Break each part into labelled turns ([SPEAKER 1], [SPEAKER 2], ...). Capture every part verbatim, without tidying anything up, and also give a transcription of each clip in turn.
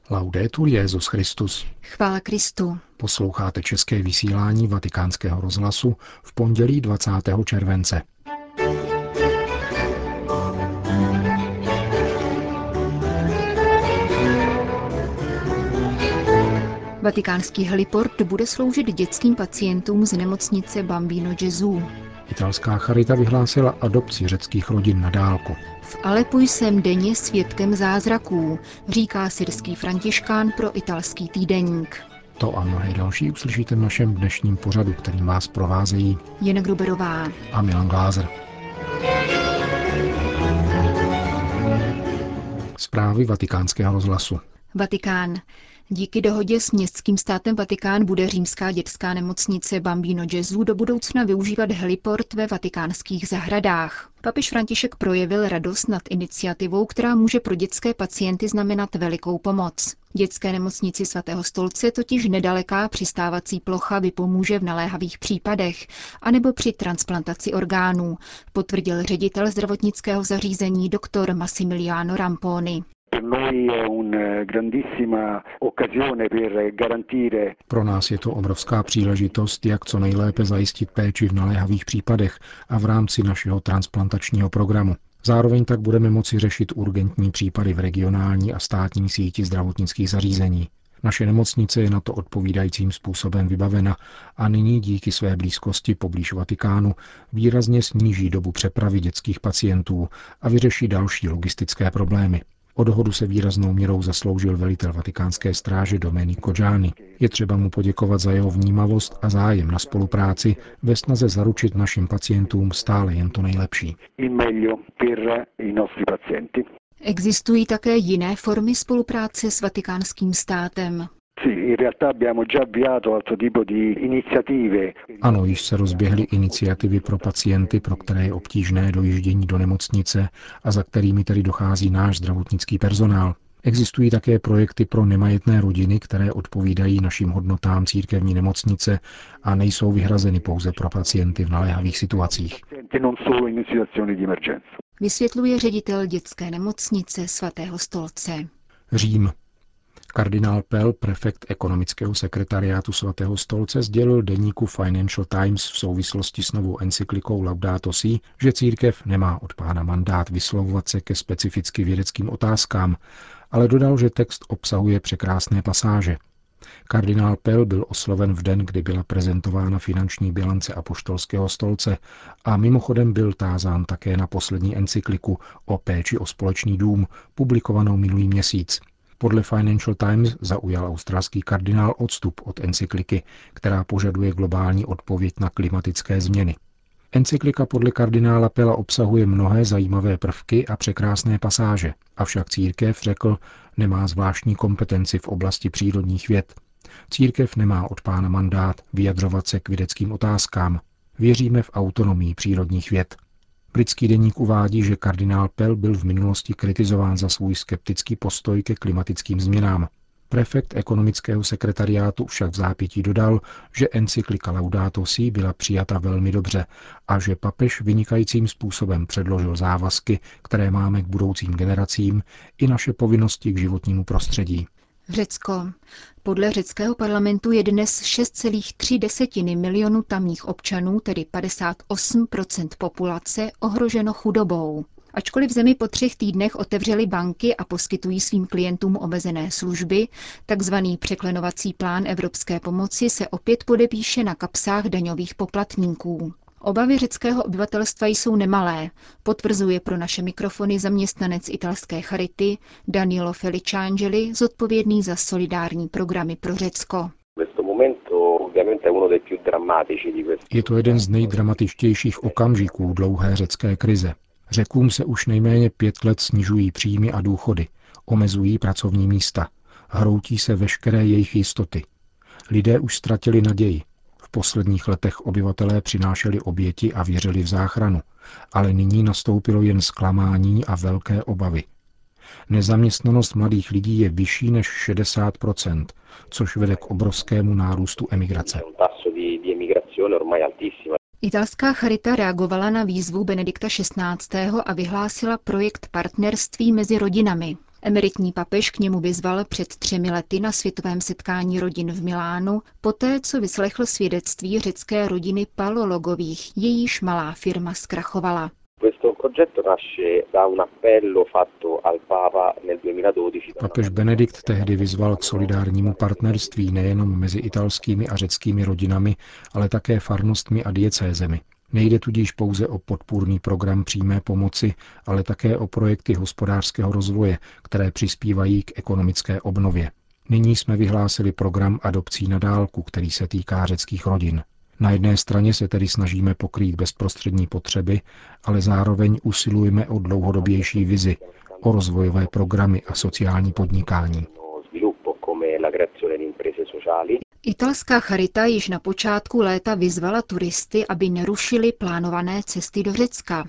[SPEAKER 1] Laudetur Jesus Christus.
[SPEAKER 2] Chvála Kristu.
[SPEAKER 1] Posloucháte české vysílání Vatikánského rozhlasu v pondělí dvacátého července.
[SPEAKER 2] Vatikánský heliport bude sloužit dětským pacientům z nemocnice Bambino Gesù.
[SPEAKER 1] Italská charita vyhlásila adopci řeckých rodin na dálku.
[SPEAKER 2] V Alepu jsem denně svědkem zázraků, říká syrský františkán pro italský týdeník.
[SPEAKER 1] To a mnohé další uslyšíte v našem dnešním pořadu, kterým vás provázejí
[SPEAKER 2] Jana Gruberová
[SPEAKER 1] a Milan Glázer. Zprávy Vatikánského rozhlasu.
[SPEAKER 2] Vatikán. Díky dohodě s městským státem Vatikán bude římská dětská nemocnice Bambino Gesù do budoucna využívat heliport ve vatikánských zahradách. Papež František projevil radost nad iniciativou, která může pro dětské pacienty znamenat velikou pomoc. Dětské nemocnici svatého stolce totiž nedaleká přistávací plocha vypomůže v naléhavých případech anebo při transplantaci orgánů, potvrdil ředitel zdravotnického zařízení doktor Massimiliano Ramponi.
[SPEAKER 1] Pro nás je to obrovská příležitost, jak co nejlépe zajistit péči v naléhavých případech a v rámci našeho transplantačního programu. Zároveň tak budeme moci řešit urgentní případy v regionální a státní síti zdravotnických zařízení. Naše nemocnice je na to odpovídajícím způsobem vybavena a nyní díky své blízkosti poblíž Vatikánu výrazně sníží dobu přepravy dětských pacientů a vyřeší další logistické problémy. O dohodu se výraznou měrou zasloužil velitel vatikánské stráže Domenico Gianni. Je třeba mu poděkovat za jeho vnímavost a zájem na spolupráci ve snaze zaručit našim pacientům stále jen to nejlepší.
[SPEAKER 2] Existují také jiné formy spolupráce s vatikánským státem.
[SPEAKER 1] Ano, již se rozběhly iniciativy pro pacienty, pro které je obtížné dojíždění do nemocnice a za kterými tedy dochází náš zdravotnický personál. Existují také projekty pro nemajetné rodiny, které odpovídají našim hodnotám církevní nemocnice a nejsou vyhrazeny pouze pro pacienty v naléhavých situacích.
[SPEAKER 2] Vysvětluje ředitel dětské nemocnice svatého stolce.
[SPEAKER 1] Řím. Kardinál Pell, prefekt ekonomického sekretariátu svatého stolce, sdělil deníku Financial Times v souvislosti s novou encyklikou Laudato Si, že církev nemá od pána mandát vyslovovat se ke specificky vědeckým otázkám, ale dodal, že text obsahuje překrásné pasáže. Kardinál Pell byl osloven v den, kdy byla prezentována finanční bilance apoštolského stolce a mimochodem byl tázán také na poslední encykliku o péči o společný dům, publikovanou minulý měsíc. Podle Financial Times zaujal australský kardinál odstup od encykliky, která požaduje globální odpověď na klimatické změny. Encyklika podle kardinála Pella obsahuje mnohé zajímavé prvky a překrásné pasáže, avšak církev, řekl, nemá zvláštní kompetenci v oblasti přírodních věd. Církev nemá od pána mandát vyjadřovat se k vědeckým otázkám. Věříme v autonomii přírodních věd. Britský deník uvádí, že kardinál Pell byl v minulosti kritizován za svůj skeptický postoj ke klimatickým změnám. Prefekt ekonomického sekretariátu však v zápětí dodal, že encyklika Laudato Si byla přijata velmi dobře a že papež vynikajícím způsobem předložil závazky, které máme k budoucím generacím, i naše povinnosti k životnímu prostředí.
[SPEAKER 2] Řecko. Podle řeckého parlamentu je dnes šest celá tři milionu tamních občanů, tedy padesát osm procent populace, ohroženo chudobou. Ačkoliv v zemi po třech týdnech otevřely banky a poskytují svým klientům omezené služby, takzvaný překlenovací plán evropské pomoci se opět podepíše na kapsách daňových poplatníků. Obavy řeckého obyvatelstva jsou nemalé, potvrzuje pro naše mikrofony zaměstnanec italské charity Danilo Feliciangeli, zodpovědný za solidární programy pro Řecko.
[SPEAKER 1] Je to jeden z nejdramatičtějších okamžiků dlouhé řecké krize. Řekům se už nejméně pět let snižují příjmy a důchody, omezují pracovní místa, hroutí se veškeré jejich jistoty. Lidé už ztratili naději. V posledních letech obyvatelé přinášeli oběti a věřili v záchranu, ale nyní nastoupilo jen zklamání a velké obavy. Nezaměstnanost mladých lidí je vyšší než šedesát procent, což vede k obrovskému nárůstu emigrace.
[SPEAKER 2] Italská charita reagovala na výzvu Benedikta šestnáctého a vyhlásila projekt partnerství mezi rodinami. Emeritní papež k němu vyzval před třemi lety na světovém setkání rodin v Milánu, poté co vyslechl svědectví řecké rodiny Palologových, jejíž malá firma zkrachovala.
[SPEAKER 1] Papež Benedikt tehdy vyzval k solidárnímu partnerství nejenom mezi italskými a řeckými rodinami, ale také farnostmi a diecézemi. Nejde tudíž pouze o podpůrný program přímé pomoci, ale také o projekty hospodářského rozvoje, které přispívají k ekonomické obnově. Nyní jsme vyhlásili program adopcí na dálku, který se týká řeckých rodin. Na jedné straně se tedy snažíme pokrýt bezprostřední potřeby, ale zároveň usilujeme o dlouhodobější vizi, o rozvojové programy a sociální podnikání.
[SPEAKER 2] Italská charita již na počátku léta vyzvala turisty, aby nerušili plánované cesty do Řecka.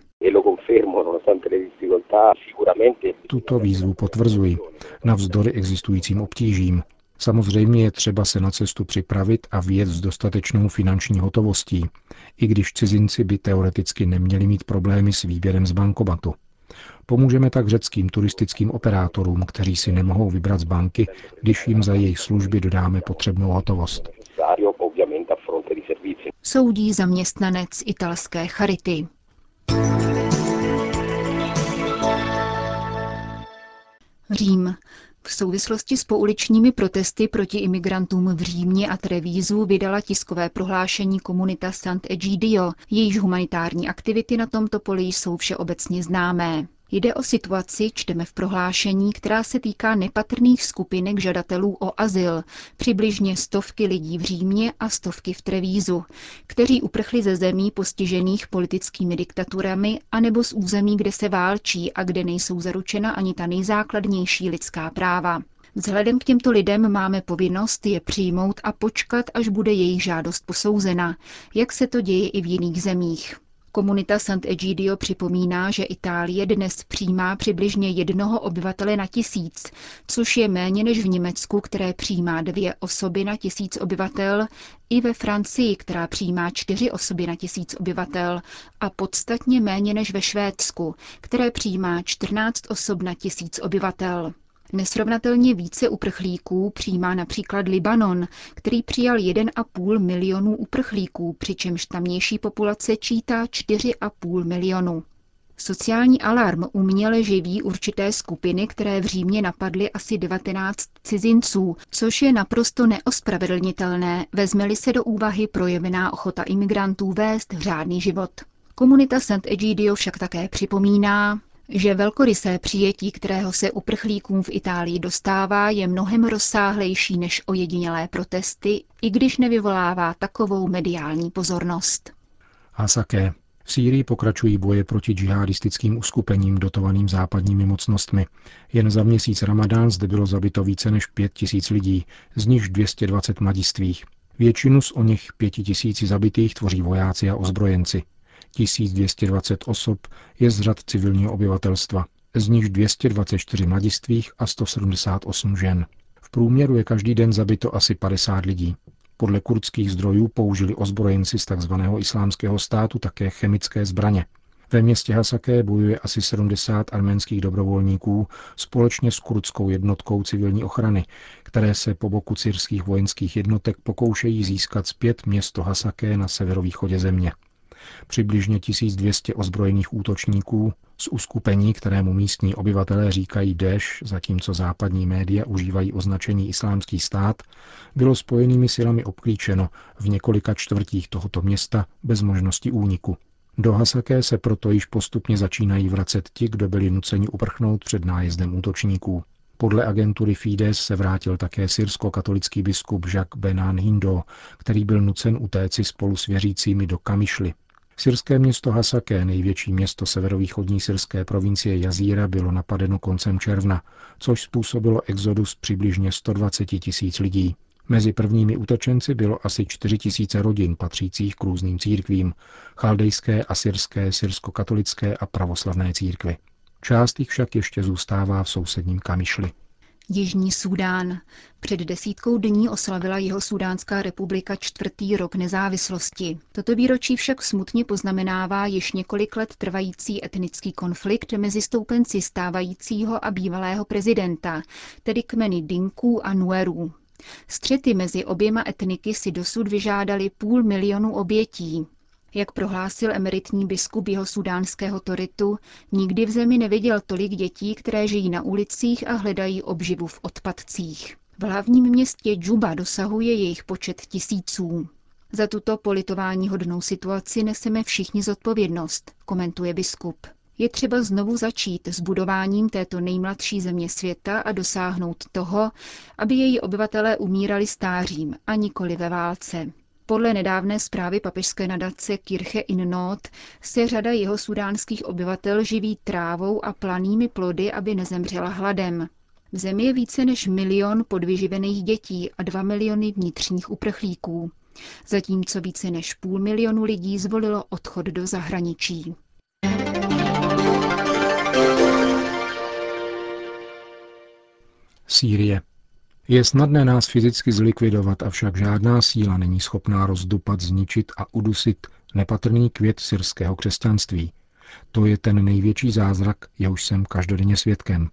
[SPEAKER 1] Tuto výzvu potvrzuji, navzdory existujícím obtížím. Samozřejmě je třeba se na cestu připravit a vyjet s dostatečnou finanční hotovostí, i když cizinci by teoreticky neměli mít problémy s výběrem z bankomatu. Pomůžeme tak řeckým turistickým operátorům, kteří si nemohou vybrat z banky, když jim za jejich služby dodáme potřebnou hotovost.
[SPEAKER 2] Soudí zaměstnanec italské charity. Řím. V souvislosti s pouličními protesty proti imigrantům v Římě a Trevízu vydala tiskové prohlášení komunita Sant'Egidio, jejíž humanitární aktivity na tomto poli jsou všeobecně známé. Jde o situaci, čteme v prohlášení, která se týká nepatrných skupinek žadatelů o azyl, přibližně stovky lidí v Římě a stovky v Trevízu, kteří uprchli ze zemí postižených politickými diktaturami anebo z území, kde se válčí a kde nejsou zaručena ani ta nejzákladnější lidská práva. Vzhledem k těmto lidem máme povinnost je přijmout a počkat, až bude jejich žádost posouzena, jak se to děje i v jiných zemích. Komunita Sant'Egidio připomíná, že Itálie dnes přijímá přibližně jednoho obyvatele na tisíc, což je méně než v Německu, které přijímá dvě osoby na tisíc obyvatel, i ve Francii, která přijímá čtyři osoby na tisíc obyvatel, a podstatně méně než ve Švédsku, které přijímá čtrnáct osob na tisíc obyvatel. Nesrovnatelně více uprchlíků přijímá například Libanon, který přijal jeden a půl milionu uprchlíků, přičemž tamnější populace čítá čtyři a půl milionu. Sociální alarm uměle živí určité skupiny, které v Římě napadly asi devatenáct cizinců, což je naprosto neospravedlnitelné, vezme-li se do úvahy projevená ochota imigrantů vést řádný život. Komunita Sant'Egidio však také připomíná, že velkorysé přijetí, kterého se uprchlíkům v Itálii dostává, je mnohem rozsáhlejší než ojedinělé protesty, i když nevyvolává takovou mediální pozornost.
[SPEAKER 1] Hasaké. V Sýrii pokračují boje proti džihadistickým uskupením dotovaným západními mocnostmi. Jen za měsíc Ramadán zde bylo zabito více než pět tisíc lidí, z nichž dvě stě dvacet mladistvých. Většinu z oněch pěti tisíci zabitých tvoří vojáci a ozbrojenci. tisíc dvě stě dvacet osob je z řad civilního obyvatelstva, z nichž dvě stě dvacet čtyři mladistvých a sto sedmdesát osm žen. V průměru je každý den zabito asi padesát lidí. Podle kurdských zdrojů použili ozbrojenci z tzv. Islámského státu také chemické zbraně. Ve městě Hasaké bojuje asi sedmdesát arménských dobrovolníků společně s kurdskou jednotkou civilní ochrany, které se po boku syrských vojenských jednotek pokoušejí získat zpět město Hasaké na severovýchodě země. Přibližně tisíc dvě stě ozbrojených útočníků z uskupení, kterému místní obyvatelé říkají Daesh, zatímco západní média užívají označení Islámský stát, bylo spojenými silami obklíčeno v několika čtvrtích tohoto města bez možnosti úniku. Do Hasaké se proto již postupně začínají vracet ti, kdo byli nuceni uprchnout před nájezdem útočníků. Podle agentury Fides se vrátil také syrsko-katolický biskup Jacques Benan Hindo, který byl nucen utéci spolu s věřícími do Kamišly. Syrské město Hasaké, největší město severovýchodní syrské provincie Jazíra, bylo napadeno koncem června, což způsobilo exodus přibližně sto dvacet tisíc lidí. Mezi prvními utečenci bylo asi čtyři tisíce rodin patřících k různým církvím, chaldejské, asyrské, syrsko-katolické a pravoslavné církvi. Část jich však ještě zůstává v sousedním Kamišli.
[SPEAKER 2] Jižní Súdán. Před desítkou dní oslavila jeho Súdánská republika čtvrtý rok nezávislosti. Toto výročí však smutně poznamenává již několik let trvající etnický konflikt mezi stoupenci stávajícího a bývalého prezidenta, tedy kmeny Dinků a Nuerů. Střety mezi oběma etniky si dosud vyžádali půl milionu obětí. Jak prohlásil emeritní biskup jihosudánského Toritu, nikdy v zemi neviděl tolik dětí, které žijí na ulicích a hledají obživu v odpadcích. V hlavním městě Džuba dosahuje jejich počet tisíců. Za tuto politováníhodnou situaci neseme všichni zodpovědnost, komentuje biskup. Je třeba znovu začít s budováním této nejmladší země světa a dosáhnout toho, aby její obyvatelé umírali stářím a nikoli ve válce. Podle nedávné zprávy papežské nadace Kirche in Not se řada jeho sudánských obyvatel živí trávou a planými plody, aby nezemřela hladem. V zemi je více než milion podvyživených dětí a dva miliony vnitřních uprchlíků, zatímco více než půl milionu lidí zvolilo odchod do zahraničí.
[SPEAKER 1] Sýrie. Je snadné nás fyzicky zlikvidovat, avšak žádná síla není schopná rozdupat, zničit a udusit nepatrný květ syrského křesťanství. To je ten největší zázrak, jehož jsem každodenně svědkem,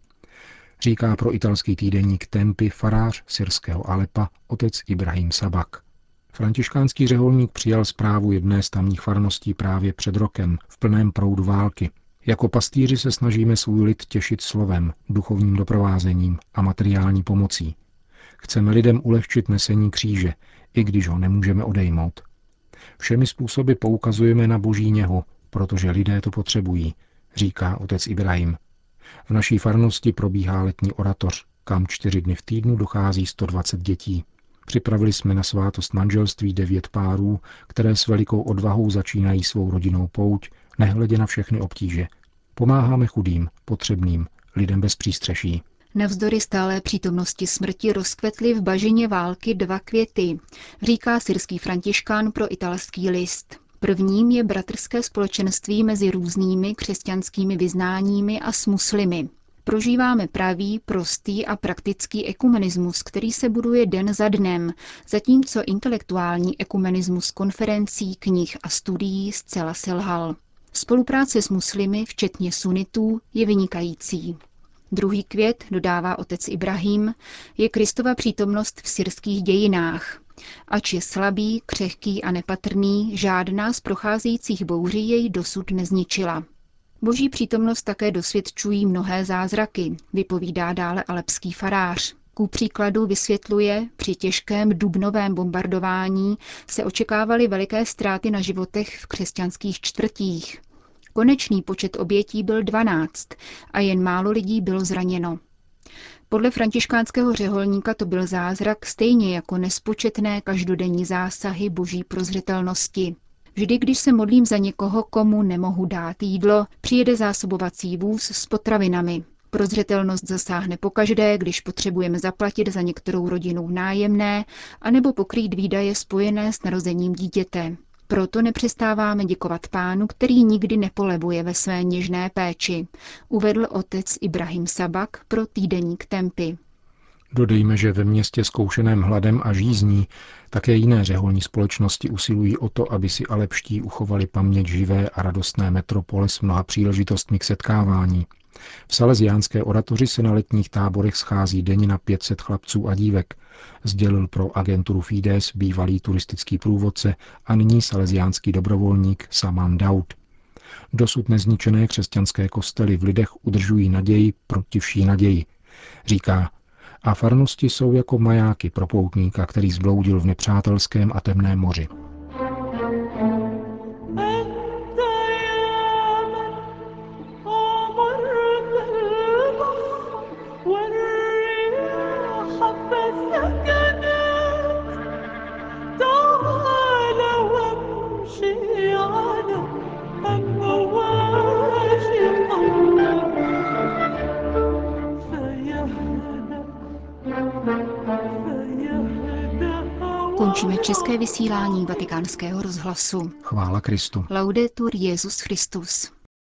[SPEAKER 1] říká pro italský týdeník Tempi farář syrského Alepa otec Ibrahim Sabak. Františkánský řeholník přijal správu jedné z tamních farností právě před rokem v plném proudu války. Jako pastýři se snažíme svůj lid těšit slovem, duchovním doprovázením a materiální pomocí. Chceme lidem ulehčit nesení kříže, i když ho nemůžeme odejmout. Všemi způsoby poukazujeme na boží něhu, protože lidé to potřebují, říká otec Ibrahim. V naší farnosti probíhá letní oratoř, kam čtyři dny v týdnu dochází sto dvacet dětí. Připravili jsme na svátost manželství devět párů, které s velikou odvahou začínají svou rodinnou pouť, nehledě na všechny obtíže. Pomáháme chudým, potřebným, lidem bez přístřeší.
[SPEAKER 2] Navzdory stálé přítomnosti smrti rozkvetly v bažině války dva květy, říká syrský františkán pro italský list. Prvním je bratrské společenství mezi různými křesťanskými vyznáními a s muslimy. Prožíváme pravý, prostý a praktický ekumenismus, který se buduje den za dnem, zatímco intelektuální ekumenismus konferencí, knih a studií zcela selhal. Spolupráce s muslimy, včetně sunitů, je vynikající. Druhý květ, dodává otec Ibrahim, je Kristova přítomnost v syrských dějinách. Ač je slabý, křehký a nepatrný, žádná z procházejících bouří jej dosud nezničila. Boží přítomnost také dosvědčují mnohé zázraky, vypovídá dále alepský farář. Ku příkladu vysvětluje, při těžkém dubnovém bombardování se očekávaly veliké ztráty na životech v křesťanských čtvrtích. Konečný počet obětí byl dvanáct a jen málo lidí bylo zraněno. Podle františkánského řeholníka to byl zázrak stejně jako nespočetné každodenní zásahy boží prozřetelnosti. Vždy, když se modlím za někoho, komu nemohu dát jídlo, přijede zásobovací vůz s potravinami. Prozřetelnost zasáhne pokaždé, když potřebujeme zaplatit za některou rodinu nájemné anebo pokrýt výdaje spojené s narozením dítěte. Proto nepřestáváme děkovat Pánu, který nikdy nepolevuje ve své něžné péči, uvedl otec Ibrahim Sabak pro týdeník Tempi.
[SPEAKER 1] Dodejme, že ve městě zkoušeném hladem a žízní také jiné řeholní společnosti usilují o to, aby si alepští uchovali paměť živé a radostné metropole s mnoha příležitostmi k setkávání. V salesiánské oratoři se na letních táborech schází denně na pět set chlapců a dívek, sdělil pro agenturu Fides bývalý turistický průvodce a nyní salesiánský dobrovolník Saman Daud. Dosud nezničené křesťanské kostely v lidech udržují naději proti vší naději, říká, a farnosti jsou jako majáky pro poutníka, který zbloudil v nepřátelském a temném moři.
[SPEAKER 2] Končíme české vysílání Vatikánského rozhlasu.
[SPEAKER 1] Chvála Kristu.
[SPEAKER 2] Laudetur Jesus Christus.